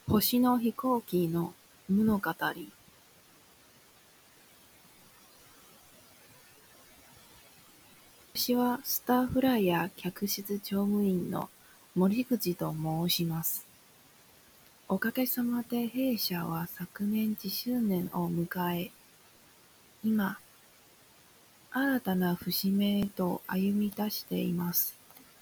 星の飛行機の物語。私はスターフライヤー客室乗務員の森口と申します。おかげさまで弊社は昨年10周年を迎え、今、新たな節目へと歩み出しています。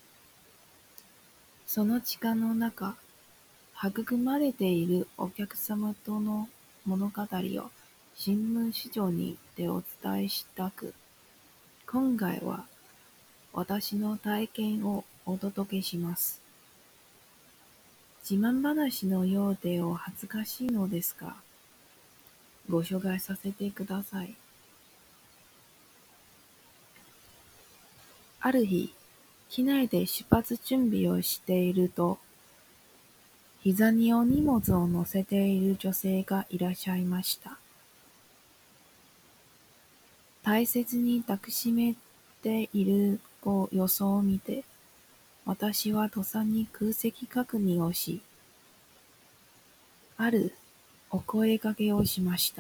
その時間の中、育まれているお客様との物語を新聞市場にてお伝えしたく、今回は私の体験をお届けします。自慢話のようでお恥ずかしいのですが、ご紹介させてください。ある日、機内で出発準備をしていると、膝にお荷物を乗せている女性がいらっしゃいました。大切に抱きしめている様子を見て、私はとっさに空席確認をし、あるお声掛けをしました。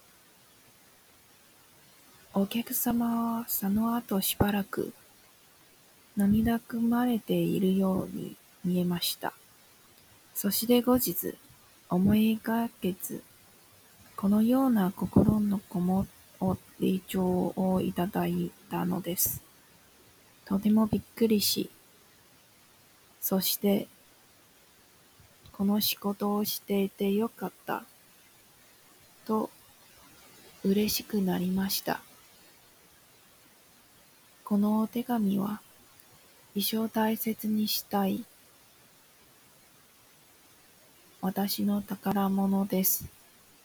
お客様はその後しばらく涙ぐまれているように見えました。そして後日、思いがけず、このような心のこもり状をいただいたのです。とてもびっくりし、そして、この仕事をしていてよかった、と嬉しくなりました。このお手紙は、一生大切にしたい私の宝物です。